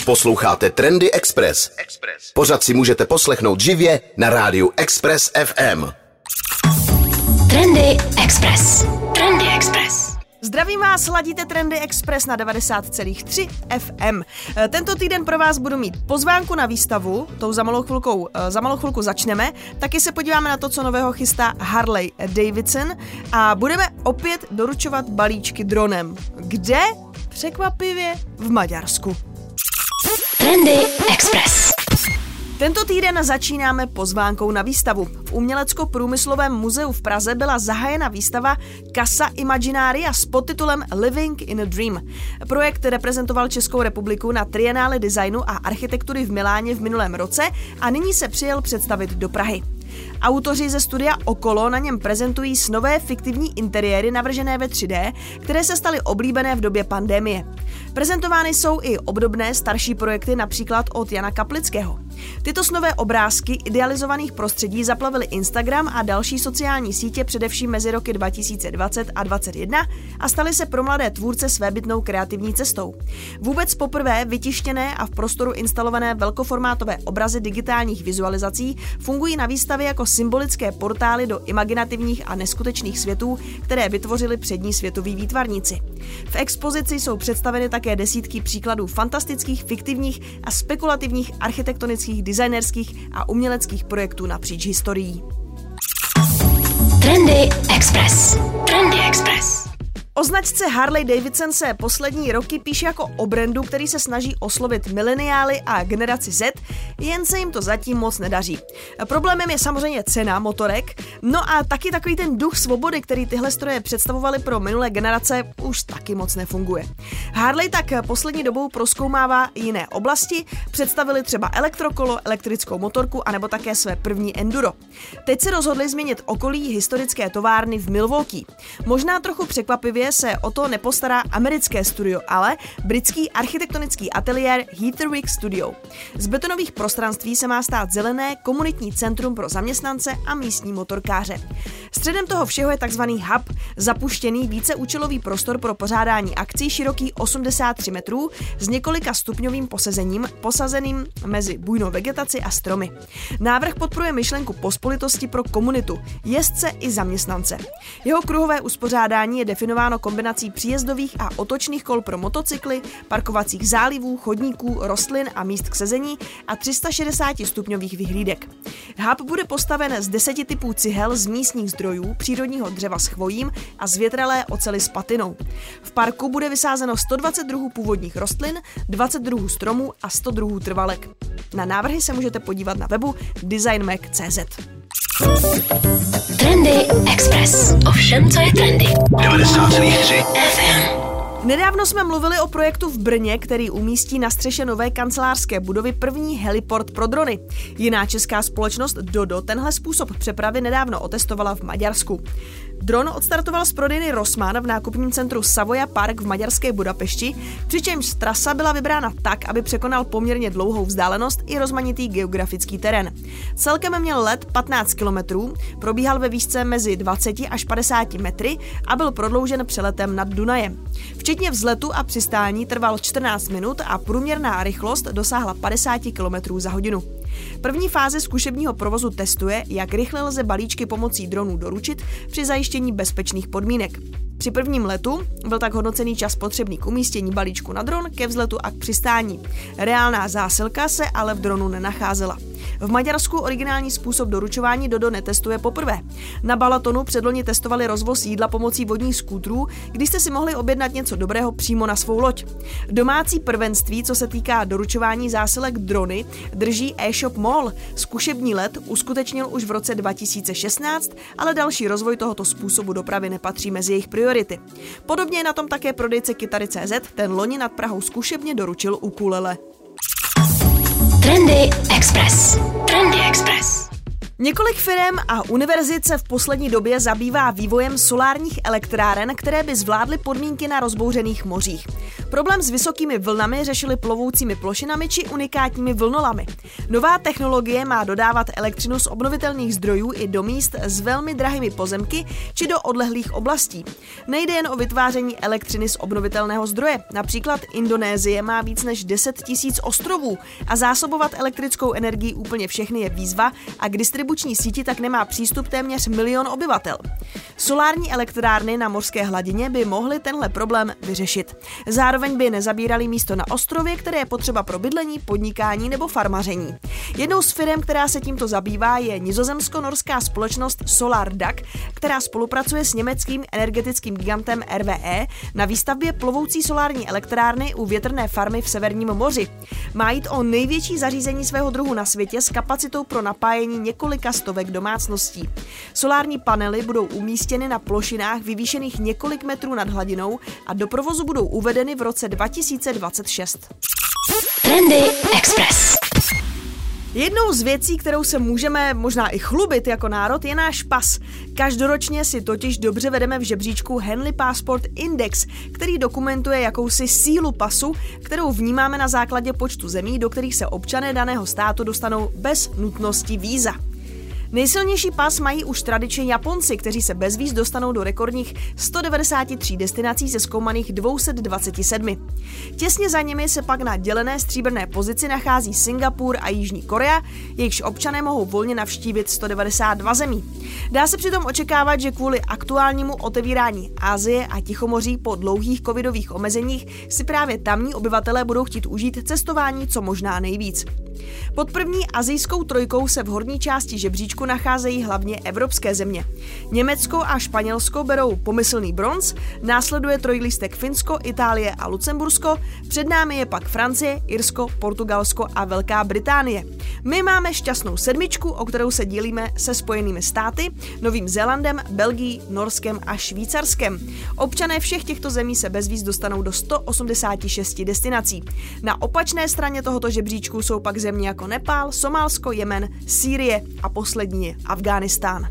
Posloucháte Trendy Express. Pořad si můžete poslechnout živě na rádiu Express FM. Trendy Express. Trendy Express. Zdravím vás, ladíte Trendy Express na 90,3 FM. Tento týden pro vás budu mít pozvánku na výstavu, tou za malou chvilku začneme, taky se podíváme na to, co nového chystá Harley Davidson a budeme opět doručovat balíčky dronem. Kde? Překvapivě v Maďarsku. Trendy Express. Tento týden začínáme pozvánkou na výstavu. V Umělecko-průmyslovém muzeu v Praze byla zahájena výstava Casa Imaginaria s podtitulem Living in a Dream. Projekt reprezentoval Českou republiku na Triennále designu a architektury v Miláně v minulém roce a nyní se přijel představit do Prahy. Autoři ze studia Okolo na něm prezentují nové fiktivní interiéry navržené ve 3D, které se staly oblíbené v době pandemie. Prezentovány jsou i obdobné starší projekty, například od Jana Kaplického. Tyto nové obrázky idealizovaných prostředí zaplavily Instagram a další sociální sítě především mezi roky 2020 a 2021 a staly se pro mladé tvůrce svébytnou kreativní cestou. Vůbec poprvé vytištěné a v prostoru instalované velkoformátové obrazy digitálních vizualizací fungují na výstavě jako symbolické portály do imaginativních a neskutečných světů, které vytvořili přední světoví výtvarníci. V expozici jsou představeny také desítky příkladů fantastických, fiktivních a spekulativních architektonických, designerských a uměleckých projektů napříč historií. Trendy Express. Trendy Express. O značce Harley Davidson se poslední roky píše jako o brandu, který se snaží oslovit mileniály a generaci Z, jen se jim to zatím moc nedaří. Problémem je samozřejmě cena motorek, no a taky takový ten duch svobody, který tyhle stroje představovaly pro minulé generace, už taky moc nefunguje. Harley tak poslední dobou prozkoumává jiné oblasti, představili třeba elektrokolo, elektrickou motorku anebo také své první enduro. Teď se rozhodli změnit okolí historické továrny v Milwaukee. Možná trochu překvapivě se o to nepostará americké studio, ale britský architektonický ateliér Heatherwick Studio. Z betonových prostranství se má stát zelené komunitní centrum pro zaměstnance a místní motorkáře. Středem toho všeho je takzvaný hub, zapuštěný víceúčelový prostor pro pořádání akcí široký 83 metrů s několika stupňovým posazením, posazeným mezi bujnou vegetaci a stromy. Návrh podporuje myšlenku pospolitosti pro komunitu, jezdce i zaměstnance. Jeho kruhové uspořádání je definováno kombinací příjezdových a otočných kol pro motocykly, parkovacích zálivů, chodníků, rostlin a míst k sezení a 360 stupňových vyhlídek. Hub bude postaven z 10 typů cihel z místních zdrojů, přírodního dřeva s chvojím a z větrelé oceli s patinou. V parku bude vysázeno 120 druhů původních rostlin, 20 druhů stromů a 100 druhů trvalek. Na návrhy se můžete podívat na webu designmac.cz. Trendy Express. O všem, co je trendy. 90,3 FM. Nedávno jsme mluvili o projektu v Brně, který umístí na střeše nové kancelářské budovy první heliport pro drony. Jiná česká společnost Dodo tenhle způsob přepravy nedávno otestovala v Maďarsku. Dron odstartoval z prodejny Rossmann v nákupním centru Savoia Park v maďarské Budapešti, přičemž trasa byla vybrána tak, aby překonal poměrně dlouhou vzdálenost i rozmanitý geografický terén. Celkem měl let 15 kilometrů, probíhal ve výšce mezi 20 až 50 metry a byl prodloužen přeletem nad Dunajem. Včetně vzletu a přistání trval 14 minut a průměrná rychlost dosáhla 50 km za hodinu. První fáze zkušebního provozu testuje, jak rychle lze balíčky pomocí dronů doručit při zajištění bezpečných podmínek. Při prvním letu byl tak hodnocený čas potřebný k umístění balíčku na dron, ke vzletu a k přistání. Reálná zásilka se ale v dronu nenacházela. V Maďarsku originální způsob doručování Dodo netestuje poprvé. Na Balatonu předloni testovali rozvoz jídla pomocí vodních skútrů, kdy jste si mohli objednat něco dobrého přímo na svou loď. Domácí prvenství, co se týká doručování zásilek drony, drží e-shop Mall. Zkušební let uskutečnil už v roce 2016, ale další rozvoj tohoto způsobu dopravy nepatří mezi jejich priority. Podobně je na tom také prodejce Kytary.cz, ten loni nad Prahou zkušebně doručil ukulele. Trendy Express. Trendy Express. Několik firem a univerzit se v poslední době zabývá vývojem solárních elektráren, které by zvládly podmínky na rozbouřených mořích. Problém s vysokými vlnami řešili plovoucími plošinami či unikátními vlnolamy. Nová technologie má dodávat elektřinu z obnovitelných zdrojů i do míst s velmi drahými pozemky či do odlehlých oblastí. Nejde jen o vytváření elektřiny z obnovitelného zdroje. Například Indonésie má víc než 10 000 ostrovů a zásobovat elektrickou energií úplně všechny je výzva a k distribuční síti tak nemá přístup téměř 1 milion obyvatel. Solární elektrárny na mořské hladině by mohly tenhle problém vyřešit. Zároveň by nezabíraly místo na ostrově, které je potřeba pro bydlení, podnikání nebo farmaření. Jednou z firem, která se tímto zabývá, je nizozemsko-norská společnost SolarDAC, která spolupracuje s německým energetickým gigantem RWE na výstavbě plovoucí solární elektrárny u větrné farmy v Severním moři. Má jít o největší zařízení svého druhu na světě s kapacitou pro napájení několika stovek domácností. Solární panely budou umístěny na plošinách vyvýšených několik metrů nad hladinou a do provozu budou uvedeny v roce 2026. Trendy Express. Jednou z věcí, kterou se můžeme možná i chlubit jako národ, je náš pas. Každoročně si totiž dobře vedeme v žebříčku Henley Passport Index, který dokumentuje jakousi sílu pasu, kterou vnímáme na základě počtu zemí, do kterých se občané daného státu dostanou bez nutnosti víza. Nejsilnější pas mají už tradičně Japonci, kteří se bez víz dostanou do rekordních 193 destinací ze zkoumaných 227. Těsně za nimi se pak na dělené stříbrné pozici nachází Singapur a Jižní Korea, jejichž občané mohou volně navštívit 192 zemí. Dá se přitom očekávat, že kvůli aktuálnímu otevírání Asie a Tichomoří po dlouhých covidových omezeních si právě tamní obyvatelé budou chtít užít cestování co možná nejvíc. Pod první asijskou trojkou se v horní části žebříčku nacházejí hlavně evropské země. Německo a Španělsko berou pomyslný bronz, následuje trojlístek Finsko, Itálie a Lucembursko, před námi je pak Francie, Irsko, Portugalsko a Velká Británie. My máme šťastnou sedmičku, o kterou se dílíme se Spojenými státy, Novým Zélandem, Belgií, Norskem a Švýcarskem. Občané všech těchto zemí se bez víz dostanou do 186 destinací. Na opačné straně tohoto žebříčku jsou pak země jako Nepál, Somálsko, Jemen, Sýrie a poslední je Afghánistán.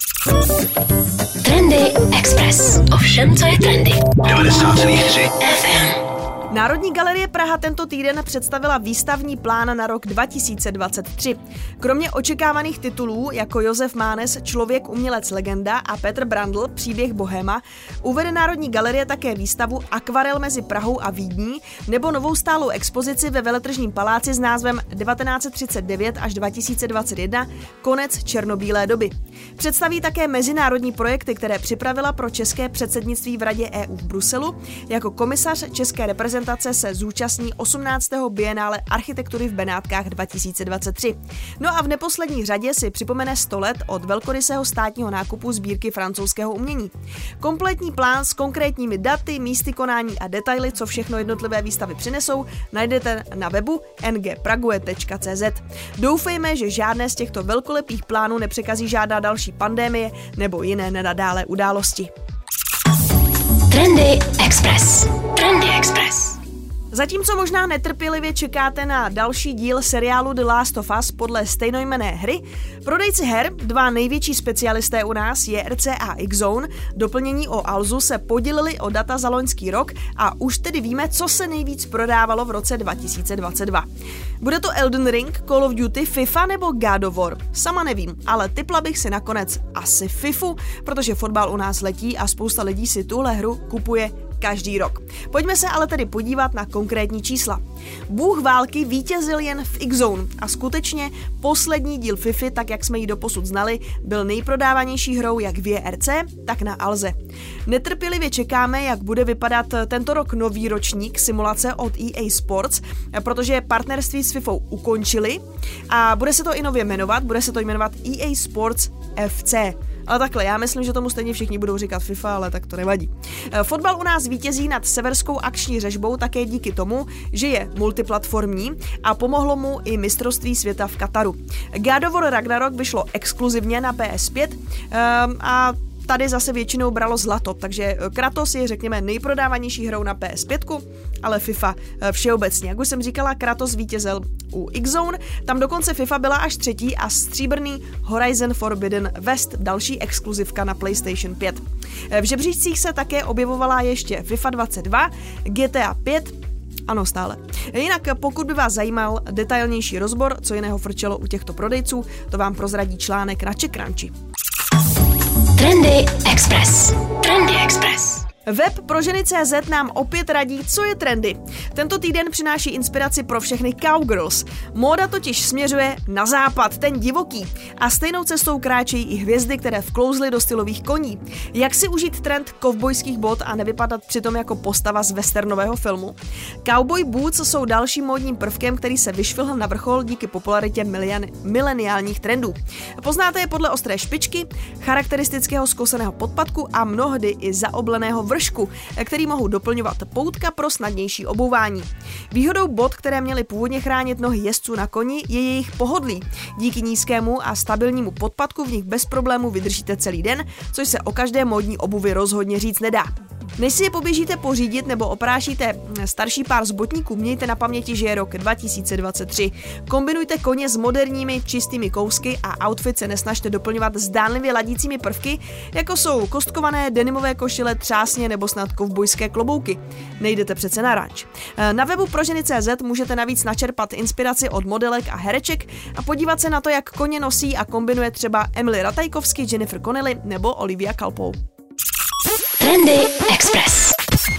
Trendy Express. O všem, co je trendy. 90,3 FM. Národní galerie Praha tento týden představila výstavní plán na rok 2023. Kromě očekávaných titulů jako Josef Mánes, Člověk, umělec, legenda a Petr Brandl, Příběh bohéma, uvede Národní galerie také výstavu Akvarel mezi Prahou a Vídní nebo novou stálou expozici ve Veletržním paláci s názvem 1939 až 2021 Konec černobílé doby. Představí také mezinárodní projekty, které připravila pro české předsednictví v Radě EU v Bruselu. Jako komisař české reprezentace se zúčastní 18. bienále architektury v Benátkách 2023. No a v neposlední řadě si připomene 100 let od velkorysého státního nákupu sbírky francouzského umění. Kompletní plán s konkrétními daty, místy konání a detaily, co všechno jednotlivé výstavy přinesou, najdete na webu ngprague.cz. Doufejme, že žádné z těchto velkolepých plánů nepřekazí žádná další pandemie nebo jiné nenadálé události. Trendy Express. Trendy Express. Zatímco možná netrpělivě čekáte na další díl seriálu The Last of Us podle stejnojmenné hry, prodejci her, dva největší specialisté u nás, JRC a X-Zone, doplnění o Alzu se podělili o data za loňský rok a už tedy víme, co se nejvíc prodávalo v roce 2022. Bude to Elden Ring, Call of Duty, FIFA nebo God of War? Sama nevím, ale tipla bych si nakonec asi FIFU, protože fotbal u nás letí a spousta lidí si tuhle hru kupuje každý rok. Pojďme se ale tedy podívat na konkrétní čísla. Bůh války vítězil jen v X-Zone a skutečně poslední díl FIFA, tak jak jsme ji doposud znali, byl nejprodávanější hrou jak v JRC, tak na Alze. Netrpělivě čekáme, jak bude vypadat tento rok nový ročník simulace od EA Sports, protože partnerství s FIFou ukončili a bude se to i nově jmenovat, bude se to jmenovat EA Sports FC. Ale takhle, já myslím, že tomu stejně všichni budou říkat FIFA, ale tak to nevadí. Fotbal u nás vítězí nad severskou akční řežbou také díky tomu, že je multiplatformní a pomohlo mu i mistrovství světa v Kataru. God of War Ragnarok vyšlo exkluzivně na PS5 a tady zase většinou bralo zlato, takže Kratos je, řekněme, nejprodávanější hrou na PS5, ale FIFA všeobecně. Jak už jsem říkala, Kratos vítězil u X-Zone, tam dokonce FIFA byla až 3. a stříbrný Horizon Forbidden West, další exkluzivka na PlayStation 5. V žebříčcích se také objevovala ještě FIFA 22, GTA 5, ano, stále. Jinak pokud by vás zajímal detailnější rozbor, co jiného frčelo u těchto prodejců, to vám prozradí článek na CzechCrunchi. Trendy Express. Trendy Express. Web pro ženy.cz nám opět radí, co je trendy. Tento týden přináší inspiraci pro všechny cowgirls. Móda totiž směřuje na západ, ten divoký. A stejnou cestou kráčejí i hvězdy, které vklouzly do stylových koní. Jak si užít trend kovbojských bot a nevypadat přitom jako postava z westernového filmu? Cowboy boots jsou dalším módním prvkem, který se vyšvihl na vrchol díky popularitě mileniálních trendů. Poznáte je podle ostré špičky, charakteristického zkoseného podpatku a mnohdy i zaobleného vršku, který mohou doplňovat poutka pro snadnější obouvání. Výhodou bot, které měly původně chránit nohy jezdců na koni, je jejich pohodlí. Díky nízkému a stabilnímu podpatku v nich bez problému vydržíte celý den, což se o každé módní obuvi rozhodně říct nedá. Než si je poběžíte pořídit nebo oprášíte starší pár z botníků, mějte na paměti, že je rok 2023. Kombinujte koně s moderními čistými kousky a outfit se nesnažte doplňovat zdánlivě ladícími prvky, jako jsou kostkované denimové košile, třásně nebo snad kovbojské klobouky. Nejdete přece na ranč. Na webu pro ženy.cz můžete navíc načerpat inspiraci od modelek a hereček a podívat se na to, jak koně nosí a kombinuje třeba Emily Ratajkovsky, Jennifer Connelly nebo Olivia Culpo. Trendy Express.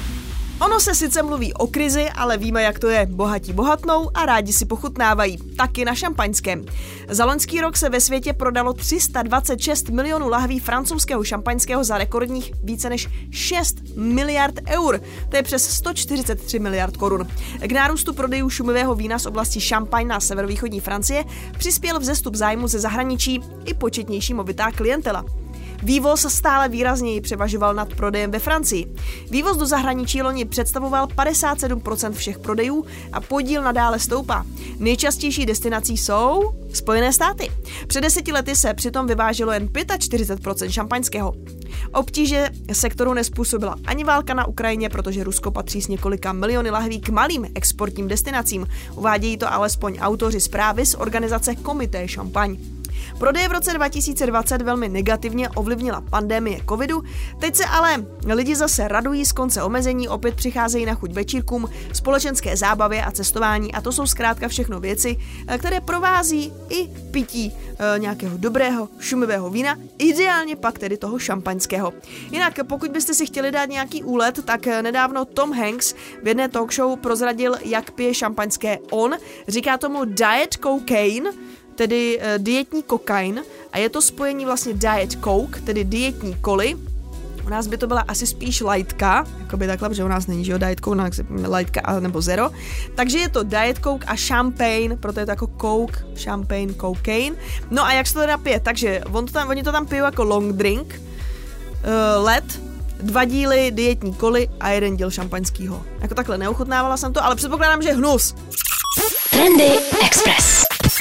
Ono se sice mluví o krizi, ale víme, jak to je. Bohatí bohatnou a rádi si pochutnávají. Taky na šampaňském. Za loňský rok se ve světě prodalo 326 milionů lahví francouzského šampaňského za rekordních více než 6 miliard eur. To je přes 143 miliard korun. K nárůstu prodejů šumivého vína z oblasti Šampaň na severovýchodní Francie přispěl vzestup zájmu ze zahraničí i početnější movitá klientela. Vývoz stále výrazněji převažoval nad prodejem ve Francii. Vývoz do zahraničí loni představoval 57% všech prodejů a podíl nadále stoupá. Nejčastější destinací jsou Spojené státy. Před 10 lety se přitom vyváželo jen 45% šampaňského. Obtíže sektoru nezpůsobila ani válka na Ukrajině, protože Rusko patří s několika miliony lahví k malým exportním destinacím. Uvádějí to alespoň autoři zprávy z organizace Comité Champagne. Prodeje v roce 2020 velmi negativně ovlivnila pandemie covidu, teď se ale lidi zase radují z konce omezení, opět přicházejí na chuť večírkům, společenské zábavě a cestování a to jsou zkrátka všechno věci, které provází i pití nějakého dobrého šumivého vína, ideálně pak tedy toho šampaňského. Jinak pokud byste si chtěli dát nějaký úlet, tak nedávno Tom Hanks v jedné talk show prozradil, jak pije šampaňské on, říká tomu diet cocaine, tedy dietní kokain, a je to spojení vlastně diet coke, tedy dietní koly. U nás by to byla asi spíš lightka, jakoby takhle, protože u nás není, že jo, diet coke, lightka nebo zero. Takže je to diet coke a champagne, proto je to jako coke, champagne, cocaine. No a jak se to teda pije? Takže oni to tam pijou jako long drink, led, 2 díly dietní koly a 1 díl šampaňskýho. Jako takhle neochutnávala jsem to, ale předpokládám, že hnus. Trendy Express.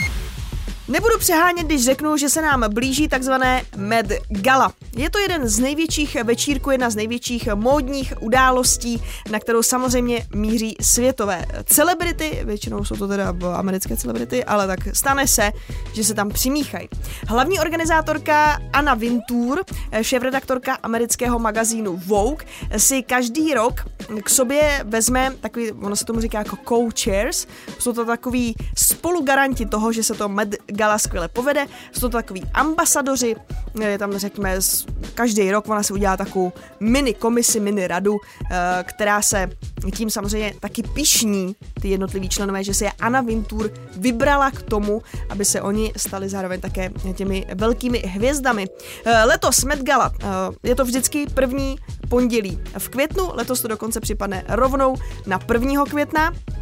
Nebudu přehánět, když řeknu, že se nám blíží takzvané Met Gala. Je to jeden z největších večírků, jedna z největších módních událostí, na kterou samozřejmě míří světové celebrity, většinou jsou to teda americké celebrity, ale tak stane se, že se tam přimíchají. Hlavní organizátorka Anna Wintour, šéfredaktorka amerického magazínu Vogue, si každý rok k sobě vezme takový, ono se tomu říká jako co-chairs, jsou to takový spolugaranti toho, že se to Met Gala skvěle povede, jsou to takový ambasadoři, je tam řekněme každý rok ona si udělá takovou mini komisi, mini radu, která se tím samozřejmě taky pyšní ty jednotliví členové, že se je Anna Wintour vybrala k tomu, aby se oni stali zároveň také těmi velkými hvězdami. Letos Met Gala, je to vždycky první pondělí v květnu, letos to dokonce připadne rovnou na 1. května.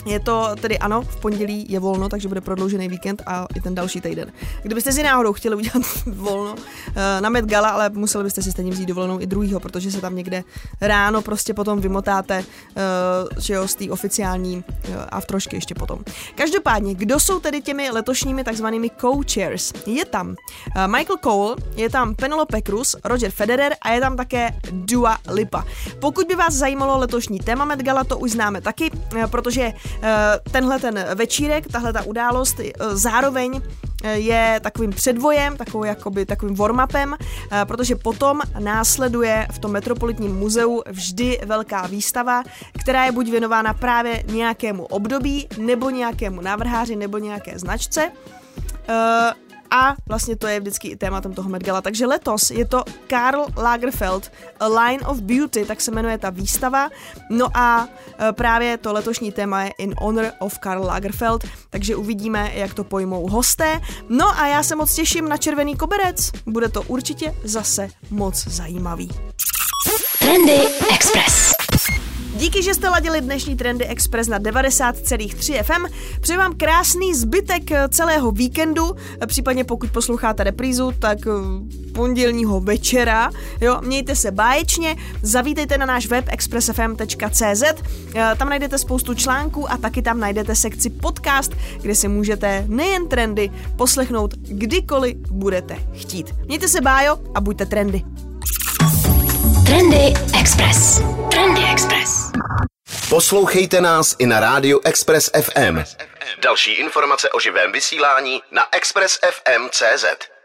Je to tedy ano, v pondělí je volno, takže bude prodloužený víkend a i ten další týden. Kdybyste si náhodou chtěli udělat volno na Met Gala, ale museli byste si stejně vzít dovolenou i druhýho, protože se tam někde ráno prostě potom vymotáte z té oficiální a v trošky ještě potom. Každopádně, kdo jsou tedy těmi letošními takzvanými co-chairs? Je tam Michael Cole, je tam Penelope Cruz, Roger Federer a je tam také Dua Lipa. Pokud by vás zajímalo letošní téma Met Gala, to už známe taky, protože tenhle ten večírek, tahle ta událost zároveň je takovým předvojem, takovým warm-upem, protože potom následuje v tom Metropolitním muzeu vždy velká výstava, která je buď věnována právě nějakému období, nebo nějakému návrháři, nebo nějaké značce. A vlastně to je vždycky i tématem toho Met Gala. Takže letos je to Karl Lagerfeld, A Line of Beauty, tak se jmenuje ta výstava. No a právě to letošní téma je In Honor of Karl Lagerfeld, takže uvidíme, jak to pojmou hosté. No a já se moc těším na červený koberec. Bude to určitě zase moc zajímavý. Trendy Express. Díky, že jste ladili dnešní Trendy Express na 90,3 FM. Přeji vám krásný zbytek celého víkendu, případně pokud posloucháte reprízu, tak pondělního večera. Jo, mějte se báječně, zavítejte na náš web expressfm.cz, tam najdete spoustu článků a taky tam najdete sekci podcast, kde si můžete nejen trendy poslechnout kdykoliv budete chtít. Mějte se bájo a buďte trendy. Trendy Express. Trendy Express. Poslouchejte nás i na rádiu Express FM. Další informace o živém vysílání na expressfm.cz.